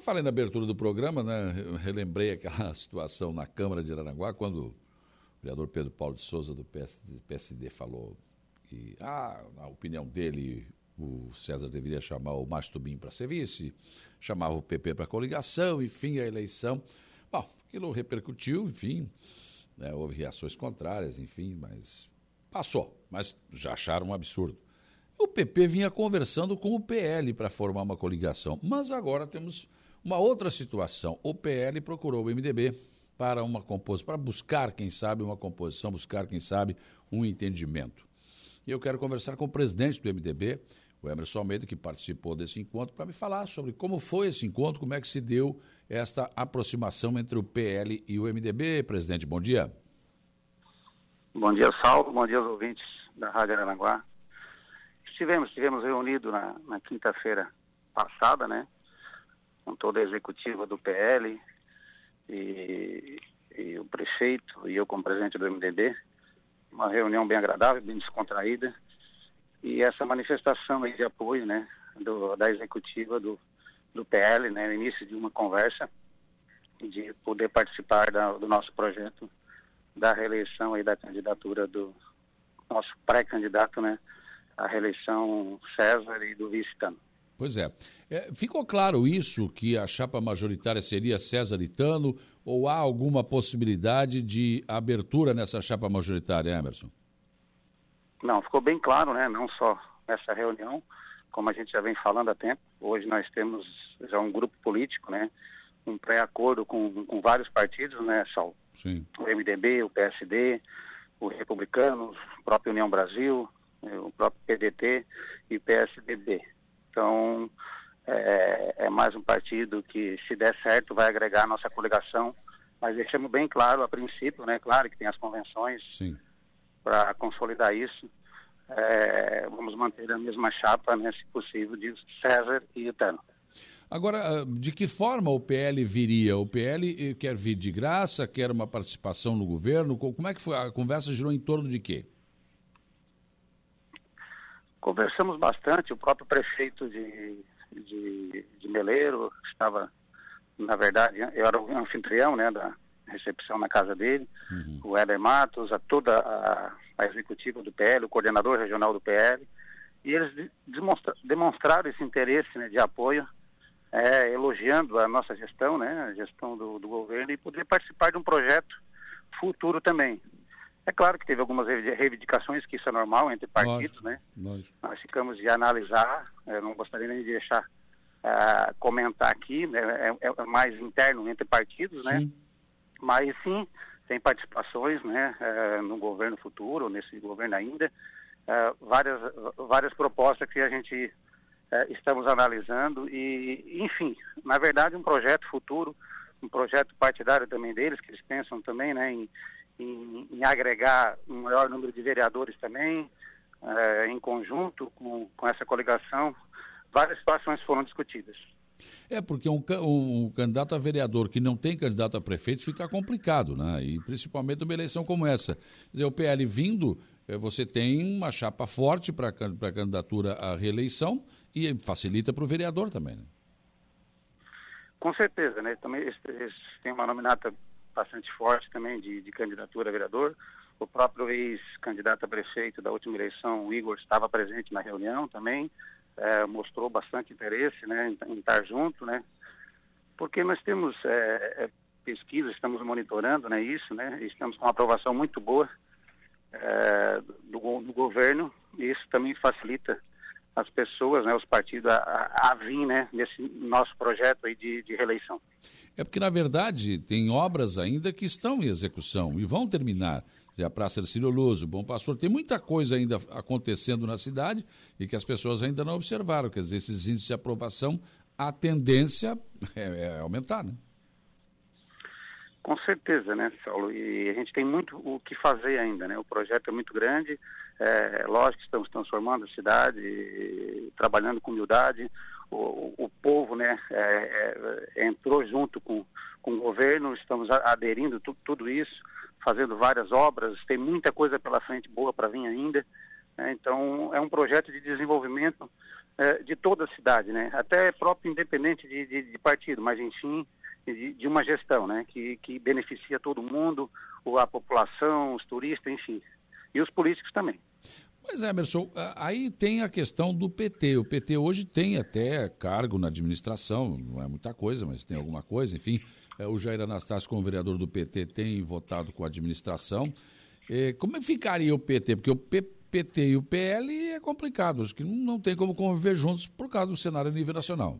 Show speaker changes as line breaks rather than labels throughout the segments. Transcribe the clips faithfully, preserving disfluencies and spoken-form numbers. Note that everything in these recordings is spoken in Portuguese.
falei na abertura do programa, né? Eu relembrei aquela situação na Câmara de Araranguá, quando o vereador Pedro Paulo de Souza, do P S D, falou que, ah, na opinião dele, o César deveria chamar o Márcio Tubim para ser vice, chamava o P P para coligação, enfim, a eleição. Bom, aquilo repercutiu, enfim, né? Houve reações contrárias, enfim, mas passou. Mas já acharam um absurdo. O P P vinha conversando com o P L para formar uma coligação, mas agora temos uma outra situação. O P L procurou o M D B para uma composição, para buscar, quem sabe, uma composição, buscar, quem sabe, um entendimento. E eu quero conversar com o presidente do M D B, o Emerson Almeida, que participou desse encontro, para me falar sobre como foi esse encontro, como é que se deu esta aproximação entre o P L e o M D B. Presidente, bom dia.
Bom dia, Saulo. Bom dia aos ouvintes da Rádio Araranguá. Estivemos, estivemos reunidos na, na quinta-feira passada, né, com toda a executiva do P L e, e o prefeito e eu como presidente do M D B. Uma reunião bem agradável, bem descontraída. E essa manifestação aí de apoio, né, do, da executiva do, do P L, né, no início de uma conversa, de poder participar da, do nosso projeto da reeleição aí da candidatura do nosso pré-candidato, né, à reeleição César e do vice Tano.
Pois é. é. Ficou claro isso, que a chapa majoritária seria César e Tano, ou há alguma possibilidade de abertura nessa chapa majoritária, Emerson?
Não, ficou bem claro, né? Não só nessa reunião, como a gente já vem falando há tempo. Hoje nós temos já um grupo político, né? Um pré-acordo com, com vários partidos, né, Saulo?
Sim.
O M D B, o P S D, o Republicanos, a própria União Brasil, o próprio P D T e o P S D B. Então, é, é mais um partido que, se der certo, vai agregar a nossa coligação. Mas deixamos bem claro, a princípio, né? Claro que tem as convenções para consolidar isso. É, vamos manter a mesma chapa, né, se possível, de César e Tano.
Agora, de que forma o P L viria? O P L quer vir de graça, quer uma participação no governo? Como é que foi? A conversa girou em torno de quê?
Conversamos bastante. O próprio prefeito de, de, de Meleiro estava, na verdade, eu era o anfitrião, né, da recepção na casa dele, uhum. O Éder Matos, a toda a, a executiva do P L, o coordenador regional do P L, e eles demonstra, demonstraram esse interesse, né, de apoio, é, elogiando a nossa gestão, né, a gestão do, do governo, e poder participar de um projeto futuro também. É claro que teve algumas reivindicações, que isso é normal entre partidos, lógico, né? Lógico. Nós ficamos de analisar, eu não gostaria nem de deixar uh, comentar aqui, né? é, é mais interno entre partidos, sim. né? Mas sim, tem participações, né, uh, no governo futuro, nesse governo ainda, uh, várias, várias propostas que a gente uh, estamos analisando e, enfim, na verdade um projeto futuro, um projeto partidário também deles, que eles pensam também, né, em Em, em agregar um maior número de vereadores também, eh, em conjunto com, com essa coligação. Várias situações foram discutidas.
É, porque um, um candidato a vereador que não tem candidato a prefeito fica complicado, né? E principalmente numa eleição como essa. Quer dizer, o P L vindo, eh, você tem uma chapa forte para a candidatura à reeleição e facilita para o vereador também, né?
Com certeza, né? Também eles, eles têm uma nominata bastante forte também de, de candidatura a vereador. O próprio ex-candidato a prefeito da última eleição, o Igor, estava presente na reunião também, é, mostrou bastante interesse, né, em, em estar junto, né, porque nós temos é, pesquisa, estamos monitorando, né, isso, né, estamos com uma aprovação muito boa é, do, do governo, e isso também facilita as pessoas, né, os partidos a, a, a vir, né, nesse nosso projeto aí de, de reeleição.
É porque, na verdade, tem obras ainda que estão em execução e vão terminar. A Praça Ercílio Luz, o Bom Pastor, tem muita coisa ainda acontecendo na cidade e que as pessoas ainda não observaram. Quer dizer, esses índices de aprovação, a tendência é, é aumentar, né?
Com certeza, né, Saulo? E a gente tem muito o que fazer ainda, né? O projeto é muito grande, é lógico que estamos transformando a cidade, trabalhando com humildade. O, o povo, né, é, é, entrou junto com, com o governo, estamos aderindo tu, tudo isso, fazendo várias obras, tem muita coisa pela frente boa para vir ainda, né? Então é um projeto de desenvolvimento é, de toda a cidade, né? Até próprio independente de, de, de partido, mas enfim, de, de uma gestão, né? Que, que beneficia todo mundo, ou a população, os turistas, enfim. E os políticos também.
Pois é, Emerson, aí tem a questão do P T. O P T hoje tem até cargo na administração, não é muita coisa, mas tem alguma coisa, enfim. O Jair Anastácio, como vereador do P T, tem votado com a administração. Como ficaria o P T? Porque o P T e o P L é complicado, acho que não tem como conviver juntos por causa do cenário a nível nacional.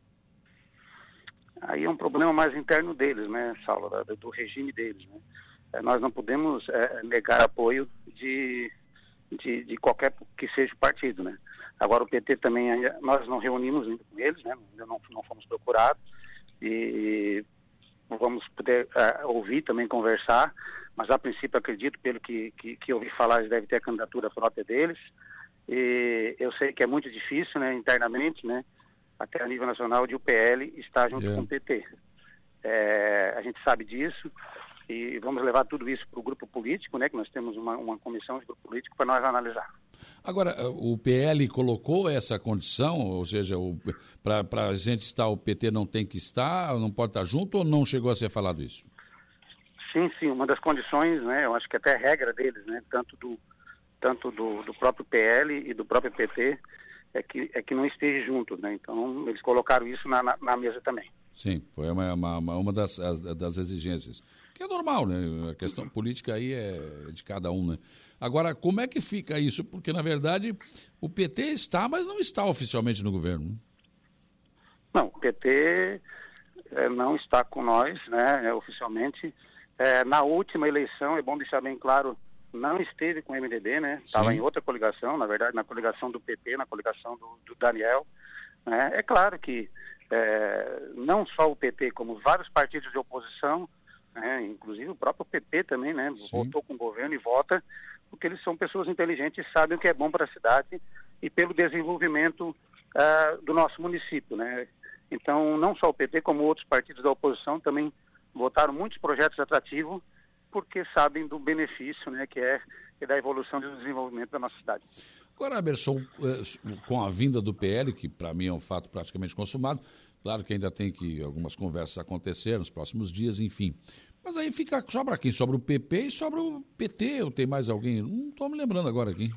Aí é um problema mais interno deles, né, Saulo, do regime deles, né? Nós não podemos é, negar apoio de... De, de qualquer que seja o partido, né? Agora o P T também, nós não reunimos ainda com eles, né? Ainda não, não fomos procurados e vamos poder uh, ouvir também, conversar, mas a princípio acredito, pelo que, que, que ouvi falar, deve ter a candidatura própria deles e eu sei que é muito difícil, né, internamente, né, até a nível nacional, de o P L estar junto yeah. com o P T. É, a gente sabe disso. E vamos levar tudo isso para o grupo político, né? Que nós temos uma, uma comissão de grupo político para nós analisar.
Agora, o P L colocou essa condição, ou seja, para a gente estar, o P T não tem que estar, não pode estar junto, ou não chegou a ser falado isso?
Sim, sim, uma das condições, né? Eu acho que até é regra deles, né? Tanto do, tanto do, do próprio P L e do próprio P T, é que, é que não esteja junto, né? Então, eles colocaram isso na, na, na mesa também.
Sim, foi uma, uma, uma das, das exigências, que é normal, né? A questão política aí é de cada um, né? Agora, como é que fica isso? Porque, na verdade, o P T está, mas não está oficialmente no governo. Né?
Não, o P T é, não está com nós, né, é, oficialmente. É, na última eleição, é bom deixar bem claro, não esteve com o M D B, né? Estava em outra coligação, na verdade, na coligação do P P, na coligação do, do Daniel. Né? É claro que É, não só o P T, como vários partidos de oposição, né, inclusive o próprio P P também, né, votou com o governo e vota, porque eles são pessoas inteligentes e sabem o que é bom para a cidade e pelo desenvolvimento uh, do nosso município. Né. Então, não só o P T, como outros partidos da oposição também votaram muitos projetos atrativos, porque sabem do benefício, né, que é, que é da evolução e do desenvolvimento da nossa cidade.
Agora, Emerson, com a vinda do P L, que para mim é um fato praticamente consumado, claro que ainda tem que algumas conversas acontecer nos próximos dias, enfim. Mas aí fica, sobra quem? Sobra o P P e sobra o P T, ou tem mais alguém? Não estou me lembrando agora aqui.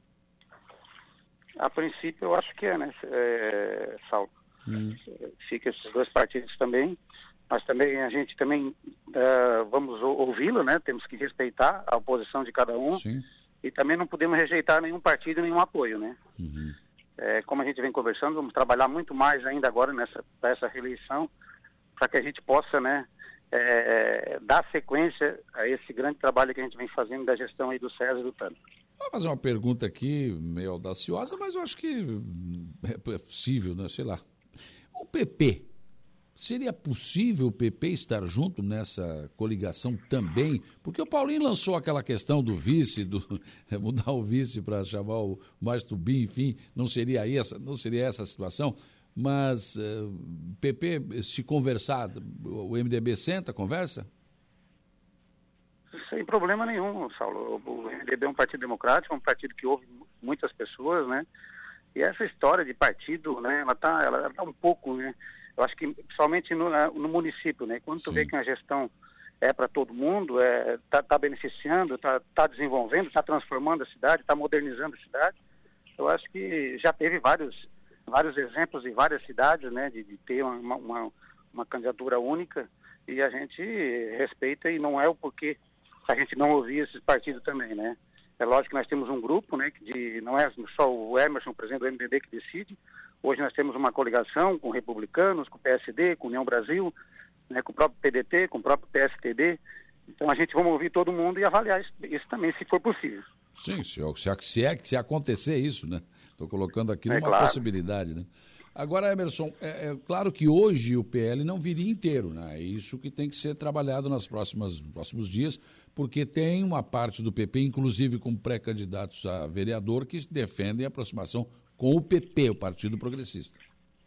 A princípio eu acho que é, né, é, Saulo? Hum. Fica esses dois partidos também, mas também a gente também uh, vamos ouvi-lo, né? Temos que respeitar a oposição de cada um. Sim. E também não podemos rejeitar nenhum partido, nenhum apoio, né? Uhum. É, como a gente vem conversando, vamos trabalhar muito mais ainda agora nessa essa reeleição, para que a gente possa, né, é, dar sequência a esse grande trabalho que a gente vem fazendo da gestão aí do César e do Tano.
Vou fazer uma pergunta aqui, meio audaciosa, mas eu acho que é possível, né? Sei lá. O P P, seria possível o P P estar junto nessa coligação também? Porque o Paulinho lançou aquela questão do vice, do mudar o vice para chamar o Mais Tubim, enfim, não seria essa, não seria essa a situação, mas o uh, P P, se conversar, o M D B senta, conversa?
Sem problema nenhum, Saulo. O M D B é um partido democrático, é um partido que ouve muitas pessoas, né? E essa história de partido, né, ela está ela tá um pouco, né? Eu acho que, principalmente no, no município, né? Quando tu Sim. vê que a gestão é para todo mundo, é, tá, tá beneficiando, tá, tá desenvolvendo, tá transformando a cidade, tá modernizando a cidade, eu acho que já teve vários, vários exemplos em várias cidades, né? De, de ter uma, uma, uma candidatura única e a gente respeita e não é o porquê a gente não ouvir esses partidos também, né? É lógico que nós temos um grupo, né? Que de, não é só o Emerson, o presidente do M D B, que decide. Hoje nós temos uma coligação com republicanos, com o P S D, com União Brasil, né, com o próprio P D T, com o próprio P S T D. Então a gente vai ouvir todo mundo e avaliar isso, isso também, se for possível.
Sim, se, se, é, se acontecer isso, né? Estou colocando aqui uma
é claro.
possibilidade, né? Agora, Emerson, é, é claro que hoje o P L não viria inteiro, né? É isso que tem que ser trabalhado nas próximas, nos próximos dias, porque tem uma parte do P P, inclusive com pré-candidatos a vereador, que defendem a aproximação com o P P, o Partido Progressista.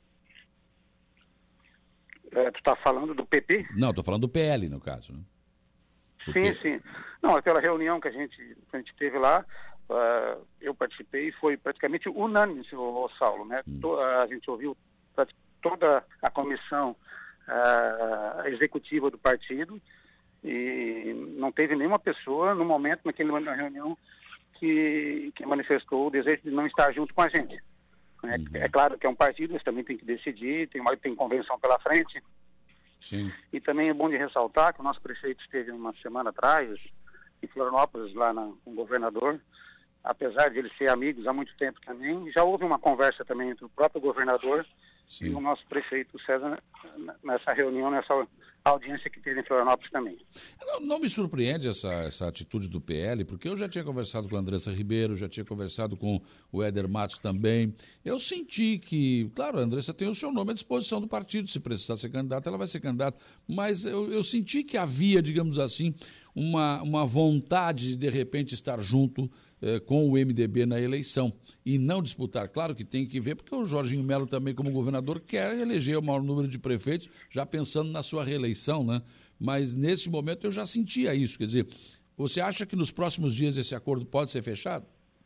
É, tu está falando do P P?
Não, estou falando do P L, no caso, né?
Do sim, P... sim. Não, aquela reunião que a gente, que a gente teve lá, uh, eu participei e foi praticamente unânime, o Saulo, né? Hum. To, a gente ouviu toda a comissão uh, executiva do partido e não teve nenhuma pessoa no momento, naquele, na reunião, que, que manifestou o desejo de não estar junto com a gente. É, uhum. é claro que é um partido, eles também tem que decidir, tem, tem convenção pela frente.
Sim.
E também é bom de ressaltar que o nosso prefeito esteve uma semana atrás em Florianópolis, lá na, com o governador, apesar de eles serem amigos há muito tempo também, já houve uma conversa também entre o próprio governador Sim. e o nosso prefeito César nessa reunião, nessa audiência que teve em Florianópolis também.
Não, não me surpreende essa, essa atitude do P L, porque eu já tinha conversado com a Andressa Ribeiro, já tinha conversado com o Éder Matos também. Eu senti que, claro, a Andressa tem o seu nome à disposição do partido, se precisar ser candidata, ela vai ser candidata, mas eu, eu senti que havia, digamos assim, uma, uma vontade de, de repente, estar junto eh, com o M D B na eleição e não disputar. Claro que tem que ver, porque o Jorginho Melo também, como governador, quer eleger o maior número de prefeitos, já pensando na sua reeleição, né? Mas nesse momento eu já sentia isso. Quer dizer, você acha que nos próximos dias esse acordo pode ser fechado?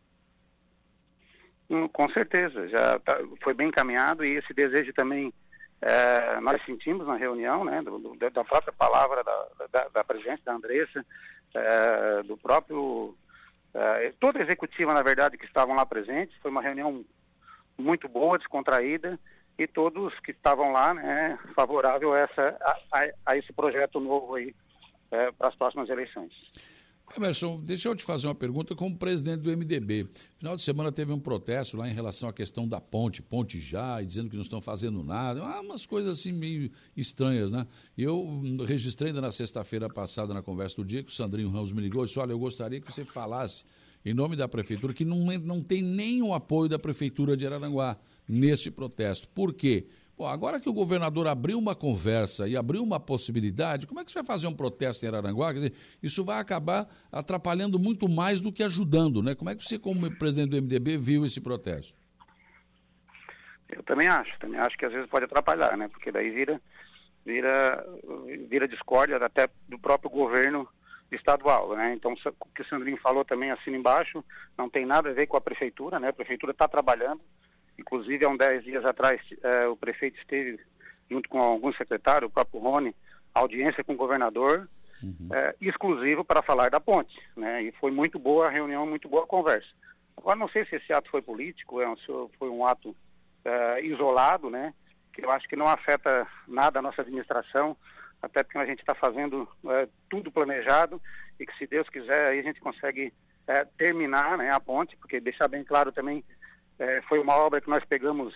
Hum, com certeza, já tá, foi bem encaminhado e esse desejo também é, nós sentimos na reunião, né, do, do, da própria palavra da, da, da presidente, da Andressa, é, do próprio, é, toda a executiva, na verdade, que estavam lá presentes. Foi uma reunião muito boa, descontraída, e todos que estavam lá, né, favorável a, essa, a, a esse projeto novo aí é, para as próximas eleições.
Emerson, deixa eu te fazer uma pergunta como presidente do M D B. Final de semana teve um protesto lá em relação à questão da ponte, ponte já, e dizendo que não estão fazendo nada, ah, umas coisas assim meio estranhas, né? Eu registrei ainda na sexta-feira passada, na conversa do dia, que o Sandrinho Ramos me ligou e disse, olha, eu gostaria que você falasse em nome da prefeitura que não, não tem nenhum apoio da prefeitura de Araranguá neste protesto. Por quê? Pô, agora que o governador abriu uma conversa e abriu uma possibilidade, como é que você vai fazer um protesto em Araranguá? Quer dizer, isso vai acabar atrapalhando muito mais do que ajudando, né? Como é que você, como presidente do M D B, viu esse protesto?
Eu também acho, também acho que às vezes pode atrapalhar, né? Porque daí vira, vira, vira discórdia até do próprio governo estadual, né? Então, o que o Sandrinho falou também, assina embaixo, não tem nada a ver com a prefeitura, né? A prefeitura está trabalhando. Inclusive, há uns dez dias atrás, eh, o prefeito esteve, junto com alguns secretários, o próprio Rony, audiência com o governador, uhum. eh, exclusivo para falar da ponte, né? E foi muito boa a reunião, muito boa a conversa. Agora, não sei se esse ato foi político, é um, foi um ato eh, isolado, né? Que eu acho que não afeta nada a nossa administração, até porque a gente está fazendo eh, tudo planejado e que, se Deus quiser, aí a gente consegue eh, terminar, né, a ponte, porque deixar bem claro também, É, foi uma obra que nós pegamos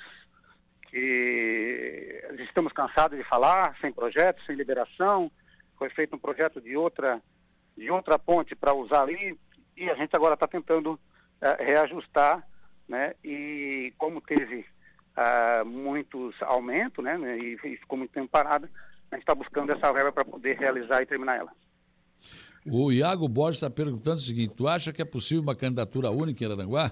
que estamos cansados de falar, sem projeto, sem liberação. Foi feito um projeto de outra, de outra ponte para usar ali e a gente agora está tentando é, reajustar, né? E como teve é, muitos aumentos, né? E, e ficou muito tempo parada, a gente está buscando essa verba para poder realizar e terminar ela.
O Iago Borges está perguntando o seguinte, tu acha que é possível uma candidatura única em Araranguá?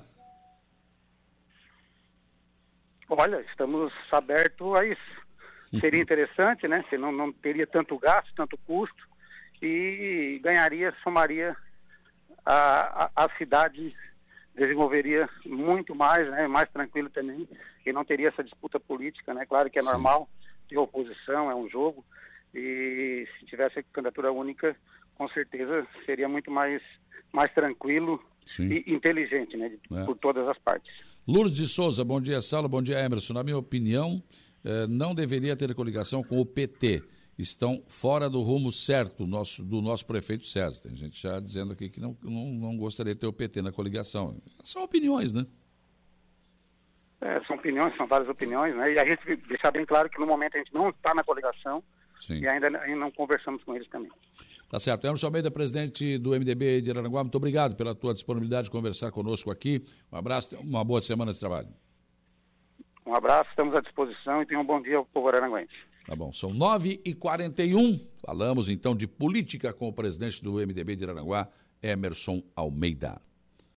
Olha, estamos abertos a isso. Seria interessante, né? Se não, não teria tanto gasto, tanto custo e ganharia, somaria a, a, a cidade, desenvolveria muito mais, né? Mais tranquilo também e não teria essa disputa política, né? Claro que é Sim. normal, de oposição, é um jogo e se tivesse candidatura única, com certeza seria muito mais, mais tranquilo Sim. e inteligente, né? É. Por todas as partes.
Lourdes de Souza, bom dia, Saulo, bom dia, Emerson. Na minha opinião, eh, não deveria ter coligação com o P T. Estão fora do rumo certo nosso, do nosso prefeito César. Tem gente já dizendo aqui que não, não, não gostaria de ter o P T na coligação. São opiniões, né?
É, são opiniões, são várias opiniões, né? E a gente deixar bem claro que no momento a gente não está na coligação Sim. e ainda, ainda não conversamos com eles também.
Tá certo. Emerson Almeida, presidente do M D B de Araranguá, muito obrigado pela tua disponibilidade de conversar conosco aqui. Um abraço, uma boa semana de trabalho.
Um abraço, estamos à disposição e tenham um bom dia ao povo araranguense.
Tá bom, são nove e quarenta e um. Falamos então de política com o presidente do M D B de Araranguá, Emerson Almeida.